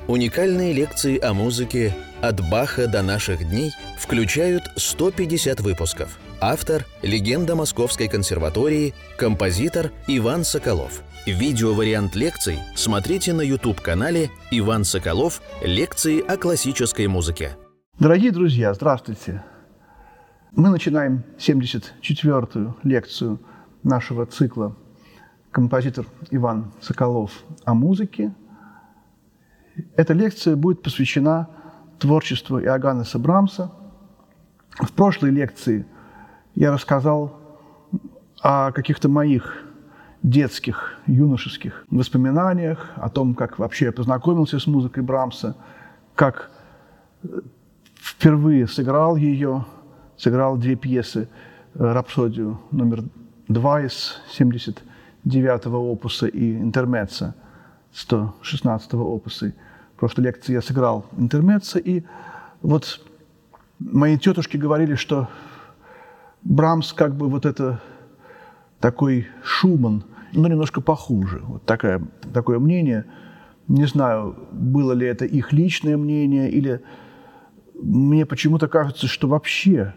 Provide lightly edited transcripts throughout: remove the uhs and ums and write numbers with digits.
Уникальные лекции о музыке «От Баха до наших дней» включают 150 выпусков. Автор – легенда Московской консерватории, композитор Иван Соколов. Видеовариант лекций смотрите на YouTube-канале «Иван Соколов. Лекции о классической музыке». Дорогие друзья, здравствуйте! Мы начинаем 74-ю лекцию нашего цикла «Композитор Иван Соколов о музыке». Эта лекция будет посвящена творчеству Иоганнеса Брамса. В прошлой лекции я рассказал о каких-то моих детских, юношеских воспоминаниях, о том, как вообще я познакомился с музыкой Брамса, как впервые сыграл ее, сыграл две пьесы, «Рапсодию номер 2» из 79-го опуса и «Интермеццо» 116-го опуса. В прошлой лекции я сыграл «Интермеццо», и вот мои тетушки говорили, что Брамс как бы вот это такой Шуман, но немножко похуже. Вот такое мнение. Не знаю, было ли это их личное мнение, или мне почему-то кажется, что вообще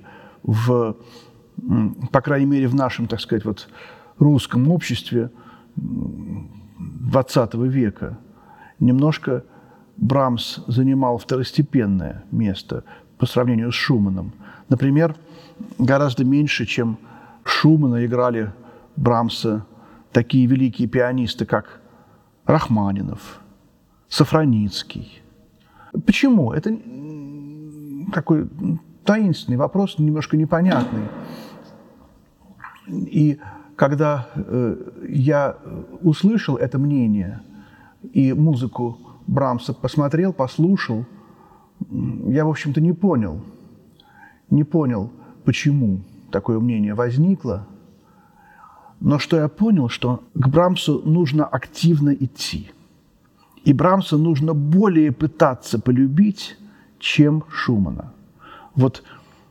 по крайней мере, в нашем, так сказать, вот русском обществе XX века немножко Брамс занимал второстепенное место по сравнению с Шуманом. Например, гораздо меньше, чем Шумана, играли Брамса такие великие пианисты, как Рахманинов, Сафроницкий. Почему? Это такой таинственный вопрос, немножко непонятный. И когда я услышал это мнение и музыку Брамса посмотрел, послушал, я, в общем-то, не понял, почему такое мнение возникло. Но что я понял, что к Брамсу нужно активно идти. И Брамса нужно более пытаться полюбить, чем Шумана. Вот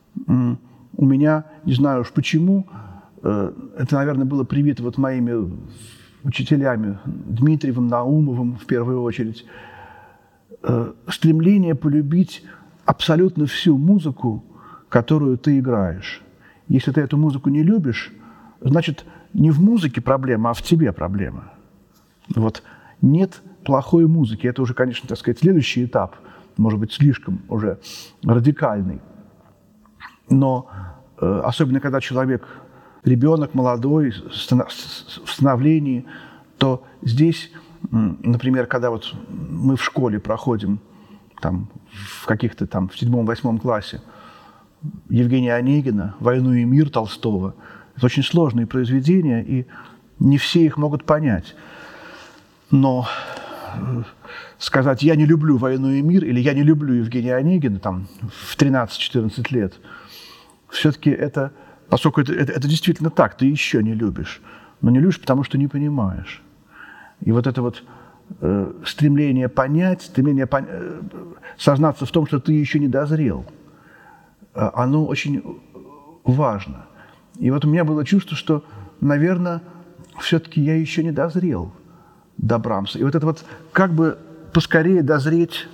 у меня, не знаю уж почему, это, наверное, было привито вот моими учителями, Дмитриевым, Наумовым в первую очередь, стремление полюбить абсолютно всю музыку, которую ты играешь. Если ты эту музыку не любишь, значит, не в музыке проблема, а в тебе проблема. Вот нет плохой музыки. Это уже, конечно, так сказать, следующий этап, может быть, слишком уже радикальный. Но особенно, когда человек, ребенок молодой, в становлении, то здесь, например, когда вот мы в школе проходим там, в каких-то там в 7-8 классе Евгения Онегина «Войну и мир» Толстого, это очень сложные произведения, и не все их могут понять. Но сказать «я не люблю «Войну и мир» или «я не люблю Евгения Онегина» там, в 13-14 лет, все-таки это, поскольку это действительно так, ты еще не любишь. Но не любишь, потому что не понимаешь. И вот это вот стремление понять, сознаться в том, что ты еще не дозрел, оно очень важно. И вот у меня было чувство, что, наверное, все-таки я еще не дозрел до Брамса. И вот это вот как бы поскорее дозреть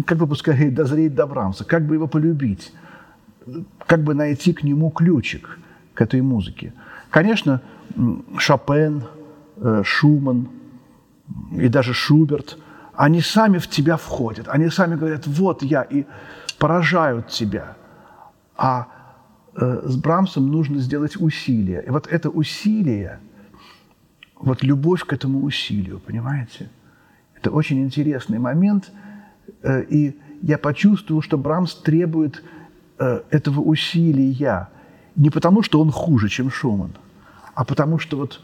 до Брамса, как бы его полюбить, как бы найти к нему ключик, к этой музыке. Конечно, Шопен, Шуман и даже Шуберт, они сами в тебя входят, они сами говорят «вот я» и поражают тебя. А с Брамсом нужно сделать усилие. И вот это усилие, вот любовь к этому усилию, понимаете? Это очень интересный момент. И я почувствовал, что Брамс требует этого усилия не потому, что он хуже, чем Шуман, а потому что вот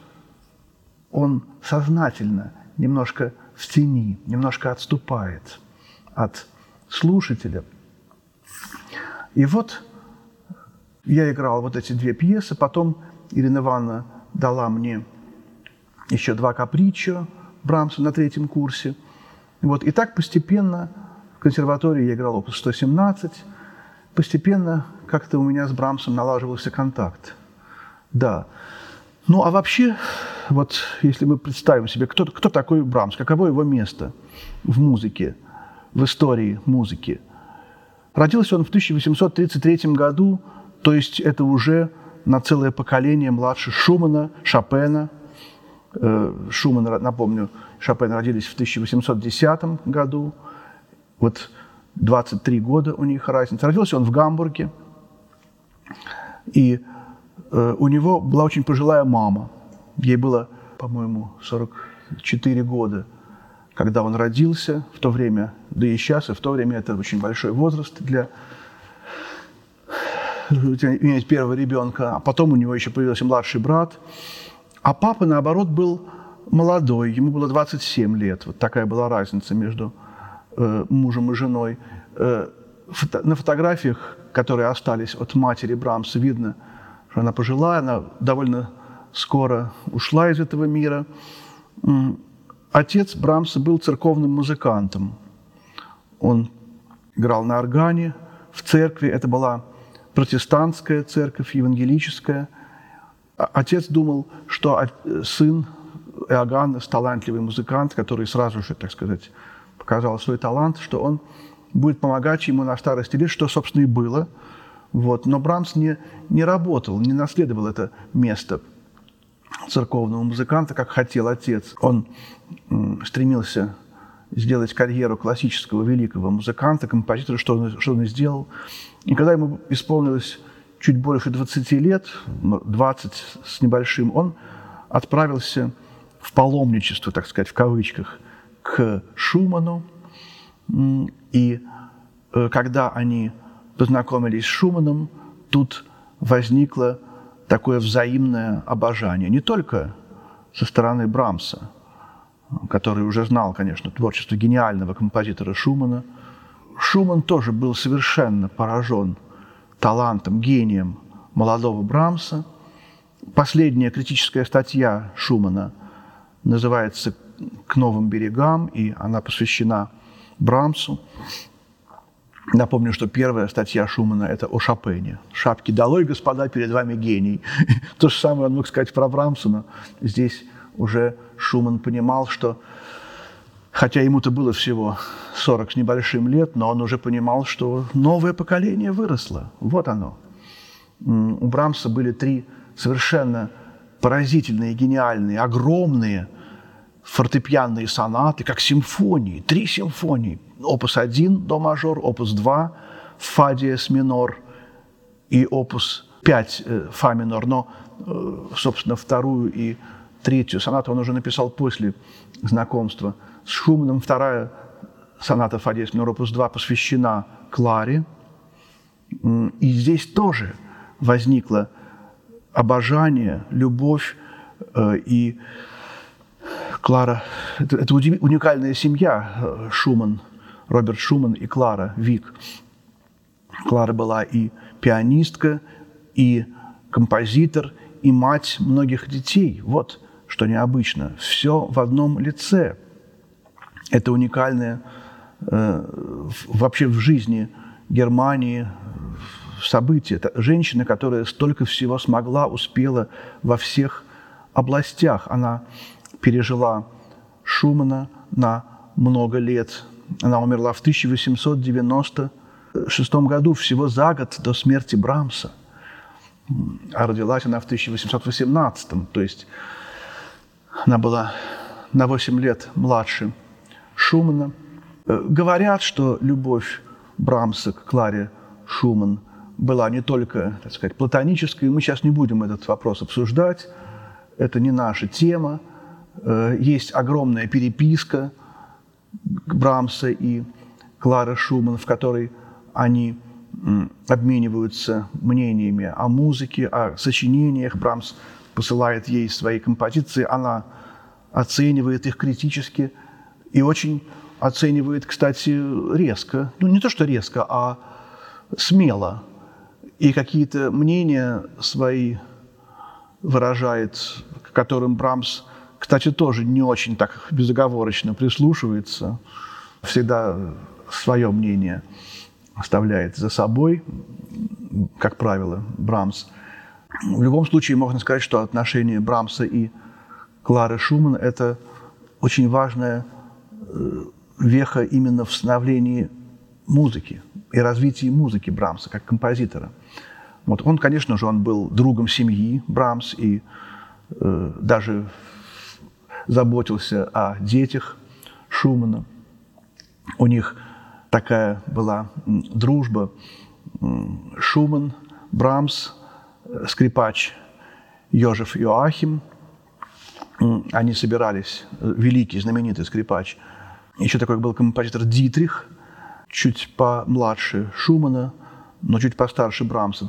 он сознательно немножко в тени, немножко отступает от слушателя. И вот я играл вот эти две пьесы, потом Ирина Ивановна дала мне еще 2 каприччо Брамса на 3-м курсе. Вот. И так постепенно в консерватории я играл опус 117, постепенно как-то у меня с Брамсом налаживался контакт. Да. Ну, а вообще, вот если мы представим себе, кто такой Брамс, каково его место в музыке, в истории музыки. Родился он в 1833 году, то есть это уже на целое поколение младше Шумана, Шопена. Шуман, напомню, Шопен родились в 1810 году. Вот 23 года у них разница. Родился он в Гамбурге. И у него была очень пожилая мама. Ей было, по-моему, 44 года, когда он родился. В то время, да и сейчас, и в то время это очень большой возраст для иметь первого ребенка. А потом у него еще появился младший брат. А папа, наоборот, был молодой. Ему было 27 лет. Вот такая была разница между мужем и женой. На фотографиях, которые остались от матери Брамса, видно, что она пожилая, она довольно скоро ушла из этого мира. Отец Брамса был церковным музыкантом. Он играл на органе в церкви. Это была протестантская церковь, евангелическая. Отец думал, что сын Иоганнес, талантливый музыкант, который сразу же, так сказать, показал свой талант, что он будет помогать ему на старости лет, что, собственно, и было. Вот. Но Брамс не работал, не наследовал это место церковного музыканта, как хотел отец. Он стремился сделать карьеру классического великого музыканта, композитора, что он и сделал. И когда ему исполнилось чуть больше 20 лет, 20 с небольшим, он отправился в паломничество, так сказать, в кавычках, к Шуману. И когда они познакомились с Шуманом, тут возникло такое взаимное обожание. Не только со стороны Брамса, который уже знал, конечно, творчество гениального композитора Шумана. Шуман тоже был совершенно поражен талантом, гением молодого Брамса. Последняя критическая статья Шумана называется «К новым берегам», и она посвящена Брамсу. Напомню, что первая статья Шумана – это о Шопене. «Шапки долой, господа, перед вами гений». То же самое он мог сказать про Брамса, но здесь уже Шуман понимал, что, хотя ему-то было всего 40 с небольшим лет, но он уже понимал, что новое поколение выросло. Вот оно. У Брамса были 3 совершенно поразительные, гениальные, огромные фортепианные сонаты, как симфонии, 3 симфонии. Опус 1 до мажор, опус 2 фа диез минор и опус 5 фа минор. Но, собственно, 2-ю и 3-ю сонату он уже написал после знакомства с Шуманом. 2-я соната фа диез минор, опус 2, посвящена Кларе. И здесь тоже возникло обожание, любовь. И Клара – это уникальная семья Шуман, Роберт Шуман и Клара Вик. Клара была и пианистка, и композитор, и мать многих детей. Вот что необычно. Все в одном лице. Это уникальное вообще в жизни Германии событие. Это женщина, которая столько всего смогла, успела во всех областях. Она пережила Шумана на много лет. Она умерла в 1896 году, всего за год до смерти Брамса. А родилась она в 1818, то есть она была на 8 лет младше Шумана. Говорят, что любовь Брамса к Кларе Шуман была не только, так сказать, платонической. Мы сейчас не будем этот вопрос обсуждать. Это не наша тема. Есть огромная переписка Брамса и Клары Шуман, в которой они обмениваются мнениями о музыке, о сочинениях. Брамс посылает ей свои композиции, она оценивает их критически и очень оценивает, кстати, резко. Ну, не то, что резко, а смело. И какие-то мнения свои выражает, к которым Брамс, кстати, тоже не очень так безоговорочно прислушивается, всегда свое мнение оставляет за собой, как правило, Брамс. В любом случае можно сказать, что отношения Брамса и Клары Шуман – это очень важная веха именно в становлении музыки и развитии музыки Брамса как композитора. Вот он, конечно же, он был другом семьи Брамс и даже заботился о детях Шумана. У них такая была дружба. Шуман, Брамс, скрипач Йожеф Йоахим. Они собирались, великий, знаменитый скрипач. Еще такой был композитор Дитрих, чуть помладше Шумана, но чуть постарше Брамса,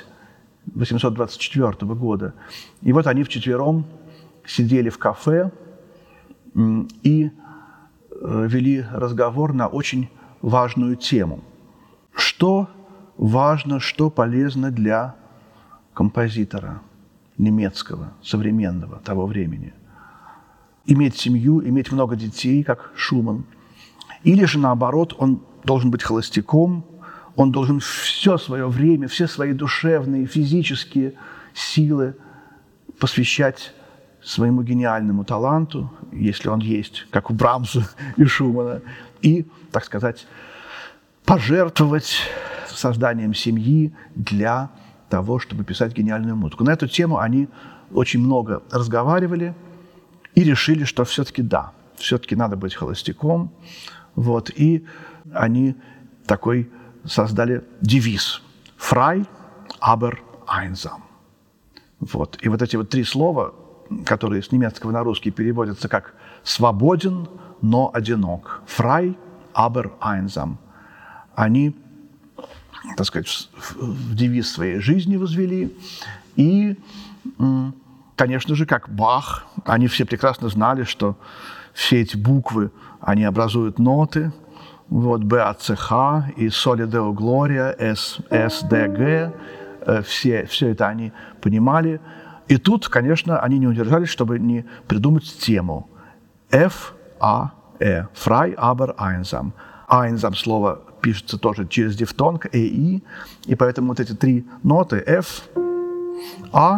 1824 года. И вот они вчетвером сидели в кафе и вели разговор на очень важную тему. Что важно, что полезно для композитора немецкого, современного того времени? Иметь семью, иметь много детей, как Шуман. Или же, наоборот, он должен быть холостяком, он должен все свое время, все свои душевные, физические силы посвящать своему гениальному таланту, если он есть, как у Брамса и Шумана, и, так сказать, пожертвовать созданием семьи для того, чтобы писать гениальную музыку. На эту тему они очень много разговаривали и решили, что все-таки да, все-таки надо быть холостяком. Вот, и они такой создали девиз «Frei, aber einsam». Вот. И вот эти вот три слова, которые с немецкого на русский переводятся как «свободен, но одинок». «Frei, aber einsam». Они, так сказать, в девиз своей жизни возвели. И, конечно же, как Бах, они все прекрасно знали, что все эти буквы, они образуют ноты. Вот БАЦХ и Соли Део Глория, СДГ, все это они понимали. И тут, конечно, они не удержались, чтобы не придумать тему. F-A-E, Frei, aber einsam. Einsam слово пишется тоже через дифтонг, и поэтому вот эти три ноты F, А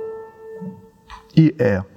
и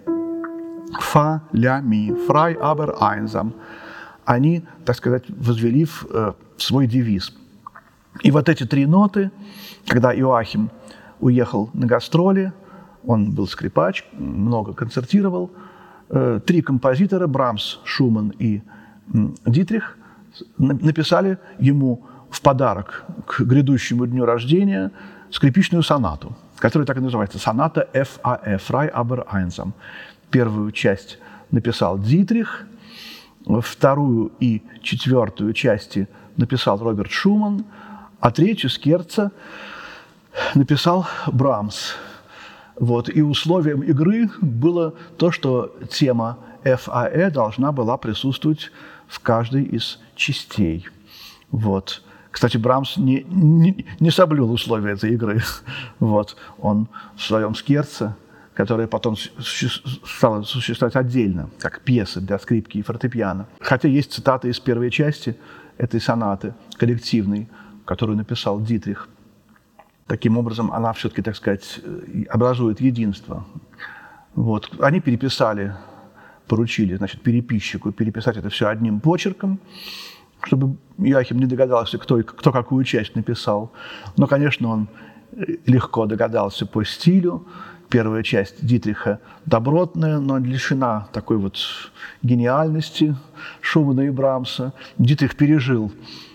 Фа, ля, ми, Frei, aber einsam. Они, так сказать, возвели в свой девиз. И вот эти три ноты, когда Иоахим уехал на гастроли, он был скрипач, много концертировал, три композитора, Брамс, Шуман и Дитрих, написали ему в подарок к грядущему дню рождения скрипичную сонату, которая так и называется, соната F.A.E. Frei, aber einsam. Первую часть написал Дитрих, вторую и четвертую части написал Роберт Шуман, а третью скерцо написал Брамс. Вот. И условием игры было то, что тема F.A.E. должна была присутствовать в каждой из частей. Вот. Кстати, Брамс не соблюл условия этой игры. Вот. Он в своем скерцо, которая потом стала существовать отдельно, как пьеса для скрипки и фортепиано. Хотя есть цитаты из первой части этой сонаты, коллективной, которую написал Дитрих. Таким образом, она все-таки, так сказать, образует единство. Вот. Они переписали, поручили, значит, переписчику переписать это все одним почерком, чтобы Иоахим не догадался, кто какую часть написал. Но, конечно, он легко догадался по стилю. Первая часть Дитриха добротная, но лишена такой вот гениальности Шумана и Брамса. Дитрих пережил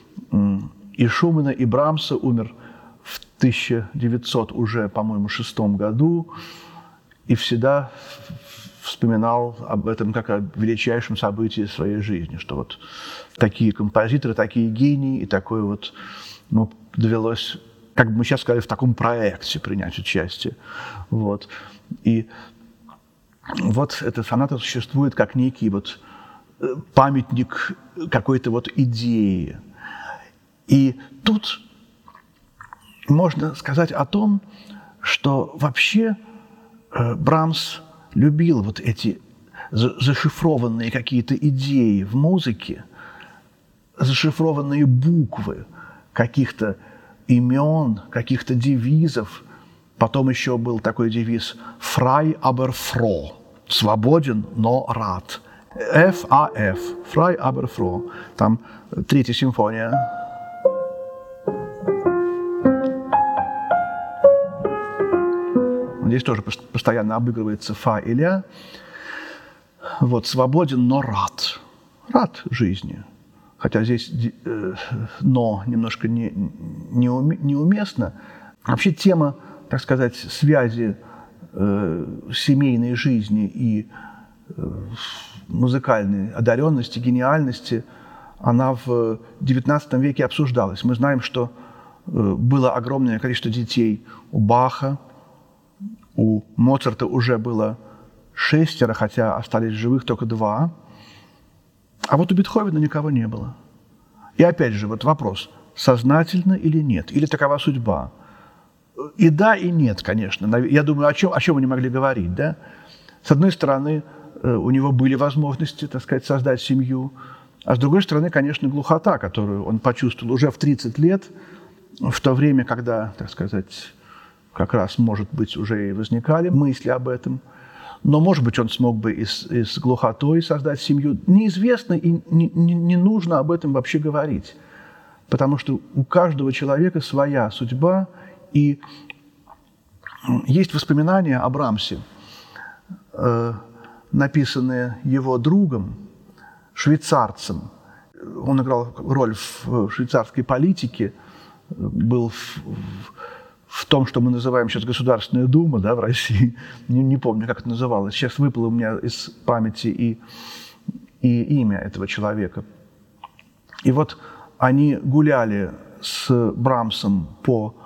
и Шумана, и Брамса, умер в 1900 уже, по-моему, 6 году, и всегда вспоминал об этом как о величайшем событии своей жизни, что вот такие композиторы, такие гении, и такое вот, ну, довелось, как бы мы сейчас сказали, в таком проекте принять участие. Вот. И вот эта соната существует как некий вот памятник какой-то вот идеи. И тут можно сказать о том, что вообще Брамс любил вот эти зашифрованные какие-то идеи в музыке, зашифрованные буквы каких-то имен, каких-то девизов. Потом еще был такой девиз «Frei, aber froh» – «Свободен, но рад». F-A-F, Frei aber froh. Там третья симфония. Здесь тоже постоянно обыгрывается фа и ля. Вот, свободен, но рад. Рад жизни. Хотя здесь «но» немножко неуместно. Вообще тема, так сказать, связи семейной жизни и музыкальной одаренности, гениальности, она в XIX веке обсуждалась. Мы знаем, что было огромное количество детей у Баха, у Моцарта уже было 6, хотя остались живых только 2. А вот у Бетховена никого не было. И опять же, вот вопрос, сознательно или нет? Или такова судьба? И да, и нет, конечно. Я думаю, о чем они могли говорить, да? С одной стороны, у него были возможности, так сказать, создать семью, а с другой стороны, конечно, глухота, которую он почувствовал уже в 30 лет, в то время, когда, так сказать, как раз, может быть, уже и возникали мысли об этом. Но, может быть, он смог бы и с глухотой создать семью. Неизвестно и не нужно об этом вообще говорить. Потому что у каждого человека своя судьба. И есть воспоминания о Брамсе, написанные его другом, швейцарцем. Он играл роль в швейцарской политике, был в том, что мы называем сейчас Государственная Дума, да, в России. Не помню, как это называлось. Сейчас выпало у меня из памяти и имя этого человека. И вот они гуляли с Брамсом по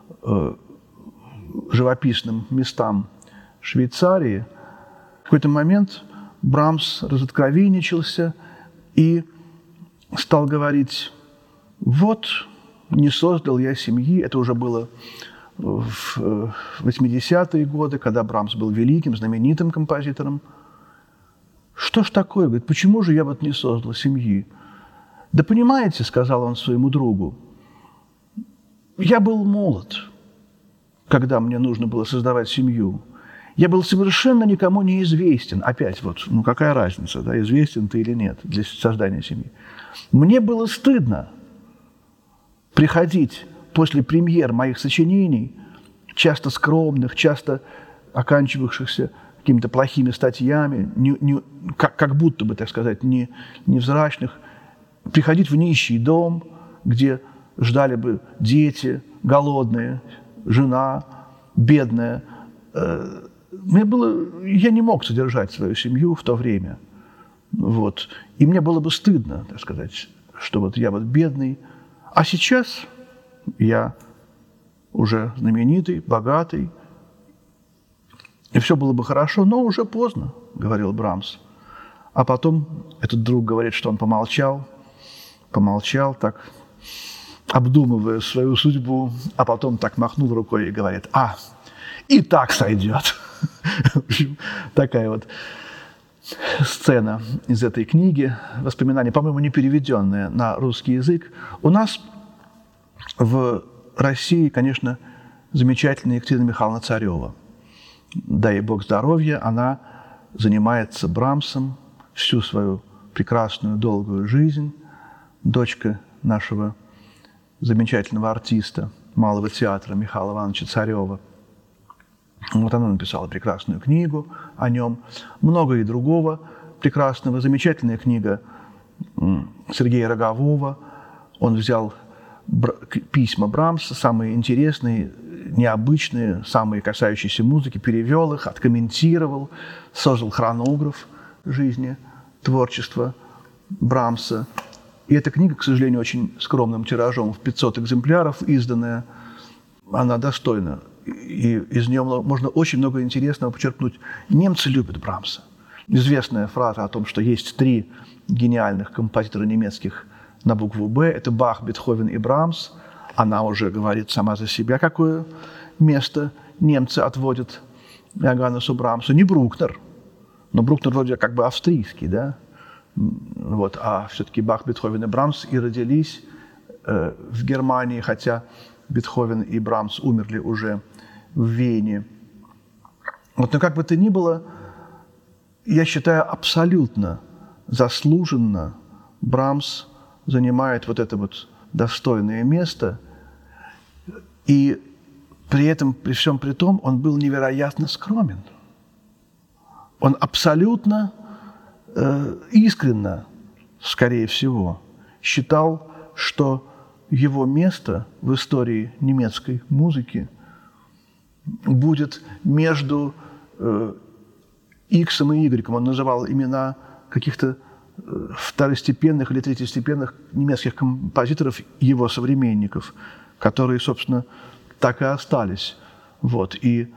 живописным местам Швейцарии. В какой-то момент Брамс разоткровенничался и стал говорить: вот, не создал я семьи. Это уже было в 80-е годы, когда Брамс был великим, знаменитым композитором. Что ж такое? Говорит, почему же я вот не создал семьи? Да понимаете, сказал он своему другу, я был молод, когда мне нужно было создавать семью. Я был совершенно никому не известен. Опять вот, какая разница, да, известен ты или нет для создания семьи. Мне было стыдно приходить после премьер моих сочинений, часто скромных, часто оканчивавшихся какими-то плохими статьями, как будто бы, так сказать, невзрачных, приходить в нищий дом, где ждали бы дети, голодные, жена, бедная. Я не мог содержать свою семью в то время. Вот. И мне было бы стыдно, так сказать, что вот я вот бедный. А сейчас я уже знаменитый, богатый, и все было бы хорошо, но уже поздно, говорил Брамс. А потом этот друг говорит, что он помолчал, так, обдумывая свою судьбу, а потом так махнул рукой и говорит: и так сойдет. В общем, такая вот сцена из этой книги, воспоминания, по-моему, не переведенные на русский язык. У нас в России, конечно, замечательная Екатерина Михайловна Царева. Дай ей Бог здоровья, она занимается Брамсом всю свою прекрасную, долгую жизнь. Дочка нашего замечательного артиста Малого театра Михаила Ивановича Царева. Вот она написала прекрасную книгу о нем, много и другого прекрасного. Замечательная книга Сергея Рогового. Он взял письма Брамса, самые интересные, необычные, самые касающиеся музыки, перевел их, откомментировал, создал хронограф жизни, творчества Брамса. И эта книга, к сожалению, очень скромным тиражом, в 500 экземпляров изданная, она достойна. И из нее можно очень много интересного почерпнуть. Немцы любят Брамса. Известная фраза о том, что есть 3 гениальных композитора немецких на букву «Б». Это Бах, Бетховен и Брамс. Она уже говорит сама за себя, какое место немцы отводят Иоганнесу Брамсу. Не Брукнер. Но Брукнер вроде как бы австрийский, да? Вот. А все-таки Бах, Бетховен и Брамс и родились в Германии, хотя Бетховен и Брамс умерли уже в Вене. Вот, но как бы то ни было, я считаю абсолютно заслуженно Брамс занимает вот это вот достойное место. И при этом, при всем при том, он был невероятно скромен. Он абсолютно искренне, скорее всего, считал, что его место в истории немецкой музыки будет между Иксом и Игреком. Он называл имена каких-то второстепенных или третьестепенных немецких композиторов, его современников, которые, собственно, так и остались. Вот. И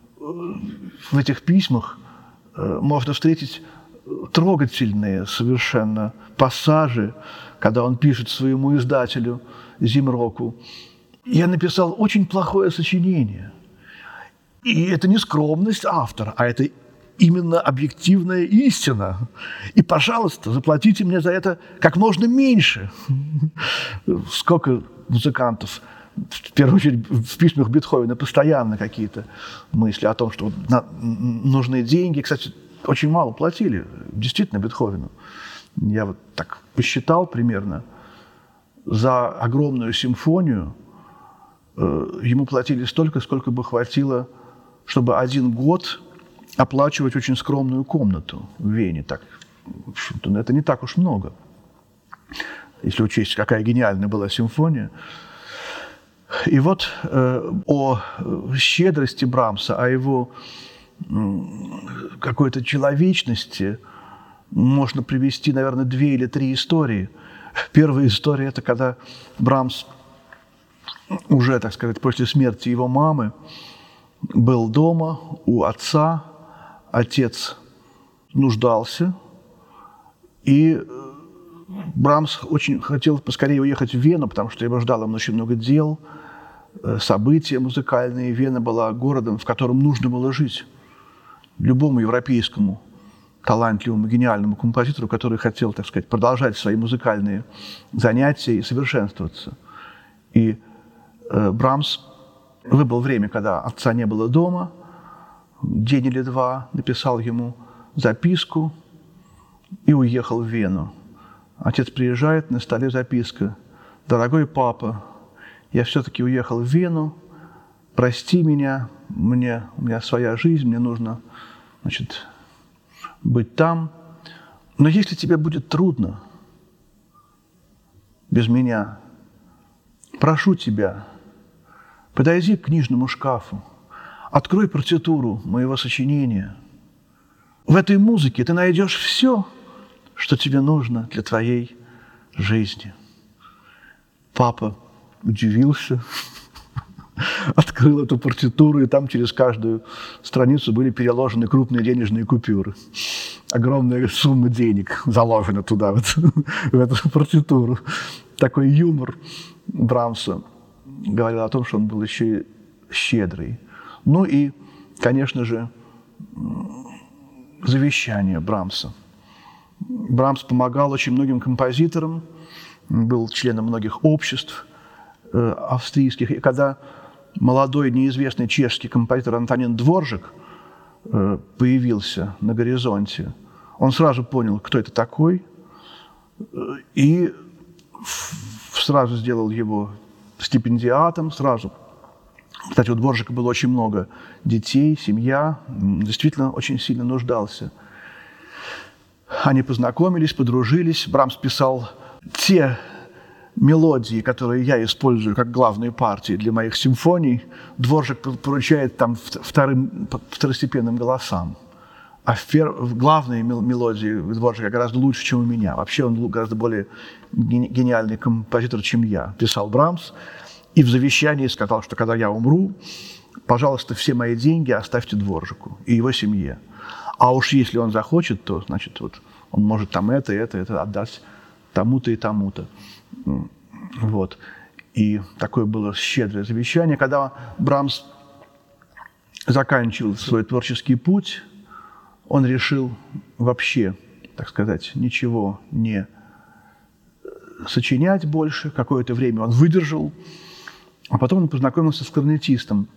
в этих письмах можно встретить трогательные совершенно пассажи, когда он пишет своему издателю Зимроку: «Я написал очень плохое сочинение». И это не скромность автора, а это именно объективная истина. И, пожалуйста, заплатите мне за это как можно меньше. Сколько музыкантов, в первую очередь в письмах Бетховена, постоянно какие-то мысли о том, что нужны деньги. Кстати, очень мало платили, действительно, Бетховену. Я вот так посчитал примерно. За огромную симфонию ему платили столько, сколько бы хватило, чтобы 1 год оплачивать очень скромную комнату в Вене. Так, в общем-то, это не так уж много, если учесть, какая гениальная была симфония. И вот о щедрости Брамса, о его какой-то человечности можно привести, наверное, 2 или 3 истории. Первая история – это когда Брамс уже, так сказать, после смерти его мамы был дома у отца. Отец нуждался, и Брамс очень хотел поскорее уехать в Вену, потому что его ждало очень много дел, события музыкальные. Вена была городом, в котором нужно было жить любому европейскому талантливому, гениальному композитору, который хотел, так сказать, продолжать свои музыкальные занятия и совершенствоваться. И Брамс выбрал время, когда отца не было дома, день или 2, написал ему записку и уехал в Вену. Отец приезжает, на столе записка: «Дорогой папа, я все-таки уехал в Вену, прости меня, у меня своя жизнь, мне нужно, значит, быть там. Но если тебе будет трудно без меня, прошу тебя, подойди к книжному шкафу, открой партитуру моего сочинения. В этой музыке ты найдешь все, что тебе нужно для твоей жизни». Папа удивился, открыл эту партитуру, и там через каждую страницу были переложены крупные денежные купюры. Огромная сумма денег заложена туда, вот, в эту партитуру. Такой юмор Брамса говорил о том, что он был еще и щедрый. Ну и, конечно же, завещание Брамса. Брамс помогал очень многим композиторам, был членом многих обществ австрийских. И когда молодой, неизвестный чешский композитор Антонин Дворжак появился на горизонте, он сразу понял, кто это такой, и сразу сделал его стипендиатом, сразу. Кстати, у Дворжака было очень много детей, семья, действительно очень сильно нуждался. Они познакомились, подружились. Брамс писал те мелодии, которые я использую как главные партии для моих симфоний, Дворжак поручает там второстепенным голосам. А главные мелодии Дворжака гораздо лучше, чем у меня. Вообще он гораздо более гениальный композитор, чем я, писал Брамс. И в завещании сказал, что когда я умру, пожалуйста, все мои деньги оставьте Дворжаку и его семье. А уж если он захочет, то, значит, вот он может там это отдать тому-то и тому-то. Вот. И такое было щедрое завещание. Когда Брамс заканчивал свой творческий путь, он решил вообще, так сказать, ничего не сочинять больше. Какое-то время он выдержал, а потом он познакомился с кларнетистом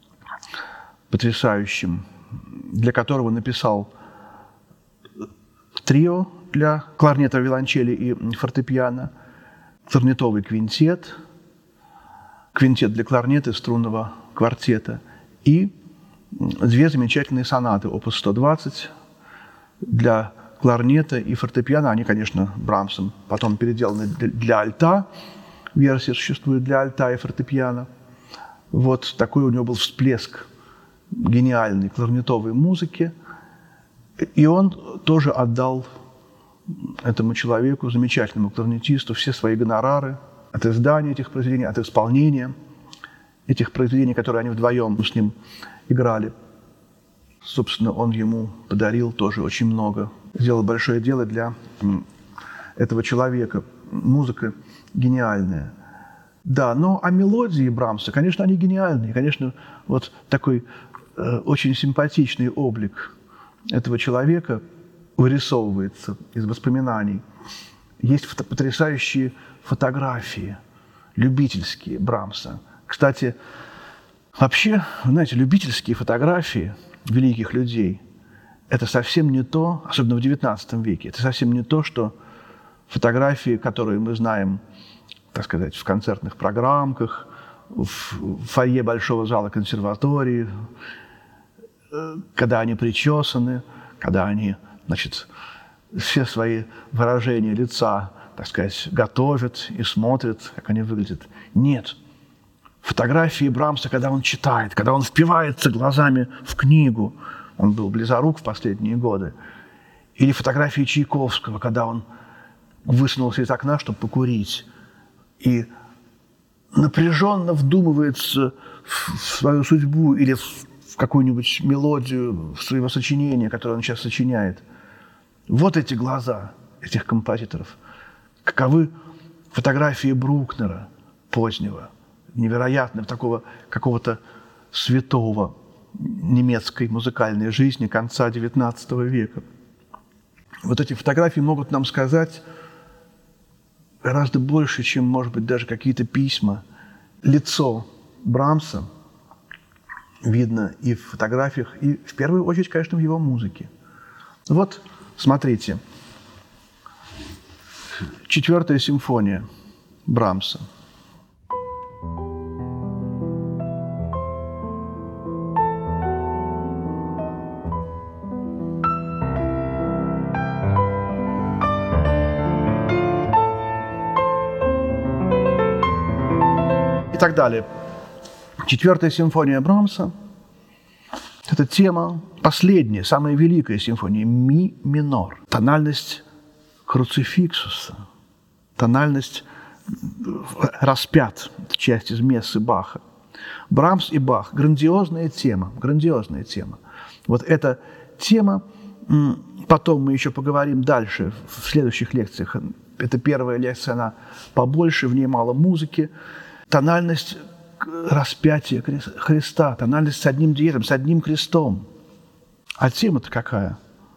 потрясающим, для которого написал трио для кларнета, виолончели и фортепиано, кларнетовый квинтет, квинтет для кларнета и струнного квартета и две замечательные сонаты, опус 120 для кларнета и фортепиано. Они, конечно, Брамсом потом переделаны для альта. Версия существует для альта и фортепиано. Вот такой у него был всплеск гениальной кларнетовой музыки. И он тоже отдал этому человеку, замечательному кларнетисту, все свои гонорары от издания этих произведений, от исполнения этих произведений, которые они вдвоем с ним играли. Собственно, он ему подарил тоже очень много. Сделал большое дело для этого человека. Музыка гениальная. Да, но а мелодии Брамса, конечно, они гениальные. Конечно, вот такой очень симпатичный облик этого человека вырисовывается из воспоминаний. Есть потрясающие фотографии, любительские Брамса. Кстати, вообще, знаете, любительские фотографии великих людей – это совсем не то, особенно в XIX веке, это совсем не то, что фотографии, которые мы знаем, так сказать, в концертных программках, в фойе большого зала консерватории, когда они причесаны, когда они, значит, все свои выражения лица, так сказать, готовят и смотрят, как они выглядят. Нет. Фотографии Брамса, когда он читает, когда он впивается глазами в книгу, он был близорук в последние годы, или фотографии Чайковского, когда он высунулся из окна, чтобы покурить, и напряженно вдумывается в свою судьбу или в какую-нибудь мелодию своего сочинения, которое он сейчас сочиняет. Вот эти глаза этих композиторов. Каковы фотографии Брукнера позднего, невероятного, такого какого-то святого немецкой музыкальной жизни конца XIX века. Вот эти фотографии могут нам сказать гораздо больше, чем, может быть, даже какие-то письма. Лицо Брамса видно и в фотографиях, и в первую очередь, конечно, в его музыке. Вот, смотрите, 4-я симфония Брамса. И так далее. 4-я симфония Брамса – это тема, последняя, самая великая симфония, ми минор. Тональность круцификсуса, тональность распят, часть из мессы Баха. Брамс и Бах – грандиозная тема, грандиозная тема. Вот эта тема, потом мы еще поговорим дальше, в следующих лекциях. Это первая лекция, она побольше, в ней мало музыки. Тональность распятия Христа, тональность с одним диезом, с одним крестом. А тема-то какая?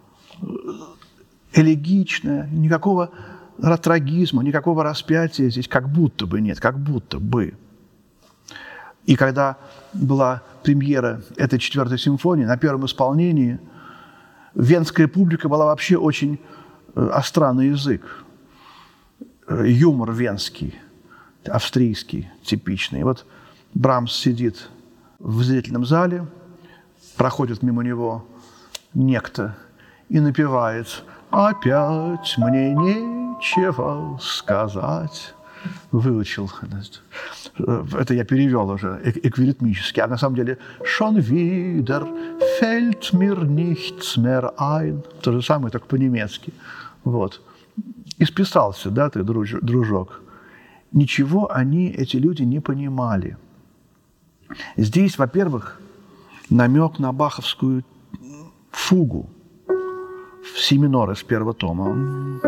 Элегичная, никакого трагизма, никакого распятия здесь как будто бы нет, как будто бы. И когда была премьера этой 4-й симфонии, на первом исполнении, венская публика была вообще очень остра на язык. Юмор венский, австрийский, типичный. И вот Брамс сидит в зрительном зале, проходит мимо него некто и напевает «Опять мне нечего сказать». Выучил. Это я перевел уже эквиритмически. А на самом деле «Schon wieder fällt mir nichts mehr ein». То же самое, только по-немецки. Вот. И списался, да, ты, дружок. Ничего они, эти люди, не понимали. Здесь, во-первых, намек на баховскую фугу в си минор из первого тома.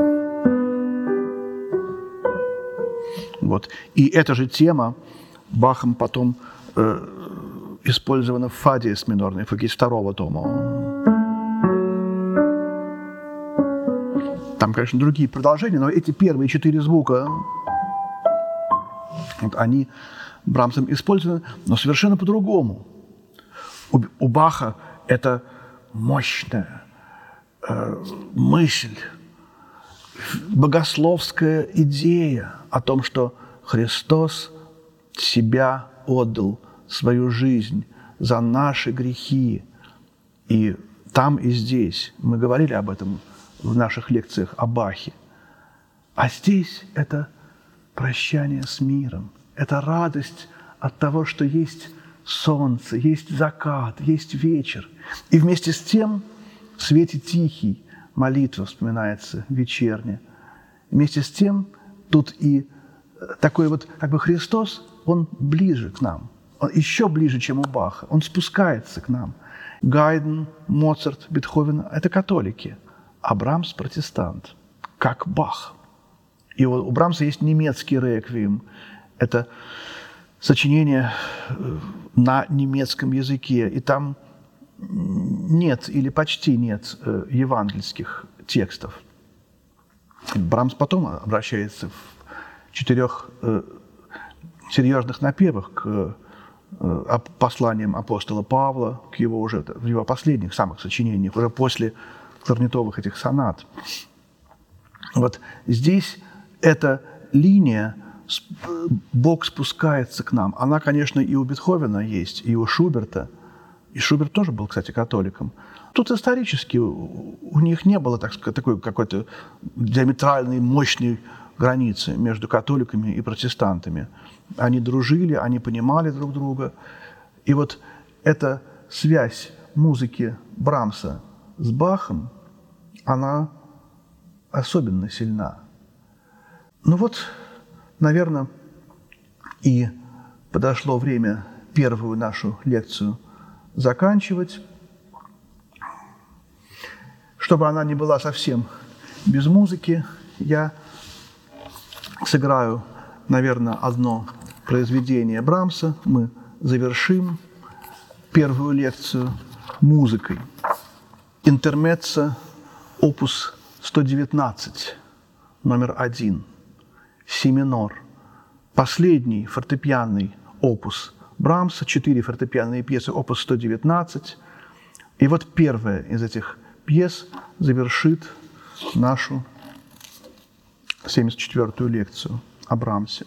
Вот. И эта же тема Бахом потом использована в фа диез минорной фуге из второго тома. Там, конечно, другие продолжения, но эти первые 4 звука, вот они Брамсом использованы, но совершенно по-другому. У Баха это мощная, мысль, богословская идея о том, что Христос себя отдал, свою жизнь за наши грехи. И там, и здесь. Мы говорили об этом в наших лекциях о Бахе. А здесь это прощание с миром. Это радость от того, что есть солнце, есть закат, есть вечер. И вместе с тем в свете тихий молитва вспоминается вечерняя. Вместе с тем тут и такой вот как бы Христос, Он ближе к нам. Он еще ближе, чем у Баха. Он спускается к нам. Гайден, Моцарт, Бетховен – это католики, а Брамс – протестант, как Бах. И у Брамса есть немецкий реквием. Это сочинение на немецком языке, и там нет или почти нет евангельских текстов. Брамс потом обращается в 4 серьезных напевах к посланиям апостола Павла, к его уже в его последних самых сочинениях, уже после кларнетовых этих сонат. Вот здесь эта линия «Бог спускается к нам». Она, конечно, и у Бетховена есть, и у Шуберта. И Шуберт тоже был, кстати, католиком. Тут исторически у них не было такой какой-то диаметральной, мощной границы между католиками и протестантами. Они дружили, они понимали друг друга. И вот эта связь музыки Брамса с Бахом, она особенно сильна. Ну вот, наверное, и подошло время первую нашу лекцию заканчивать. Чтобы она не была совсем без музыки, я сыграю, наверное, одно произведение Брамса. Мы завершим первую лекцию музыкой. Интермеццо, опус 119, номер 1, си минор. Последний фортепианный опус Брамса, 4 фортепианные пьесы, опус 119. И вот первая из этих пьес завершит нашу 74-ю лекцию о Брамсе.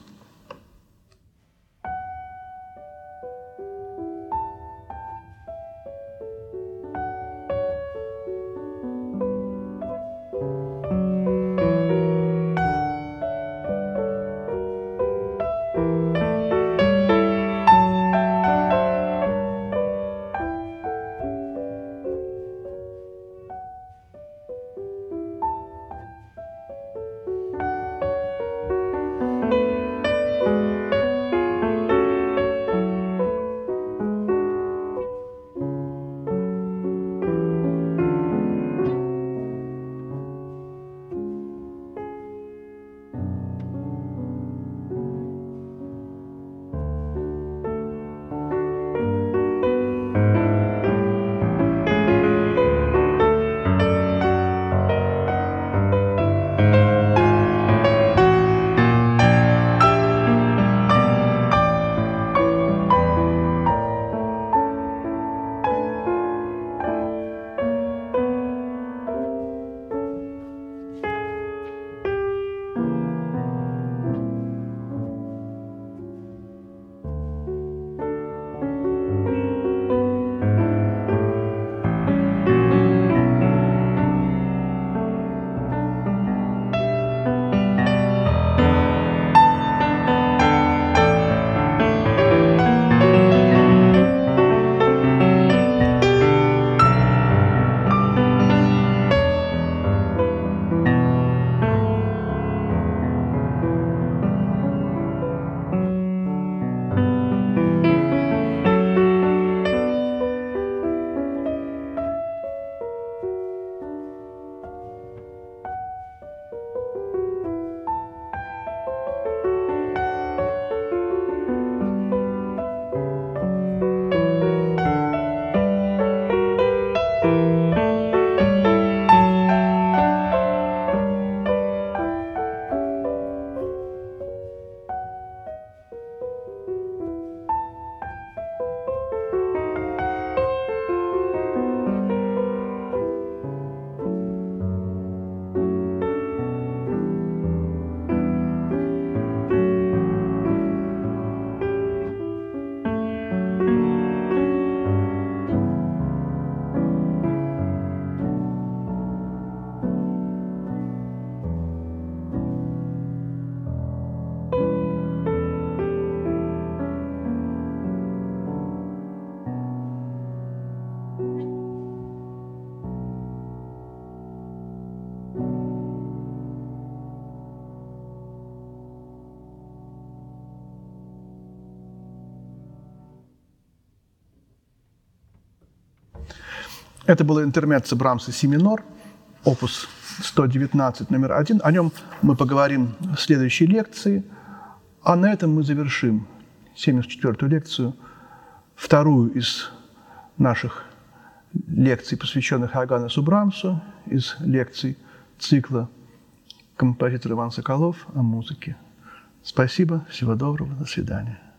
Это было интермеццо Брамса «Си минор», опус 119, номер 1. О нем мы поговорим в следующей лекции. А на этом мы завершим 74-ю лекцию, вторую из наших лекций, посвященных Иоганнесу Брамсу, из лекций цикла композитора Иван Соколов о музыке. Спасибо, всего доброго, до свидания.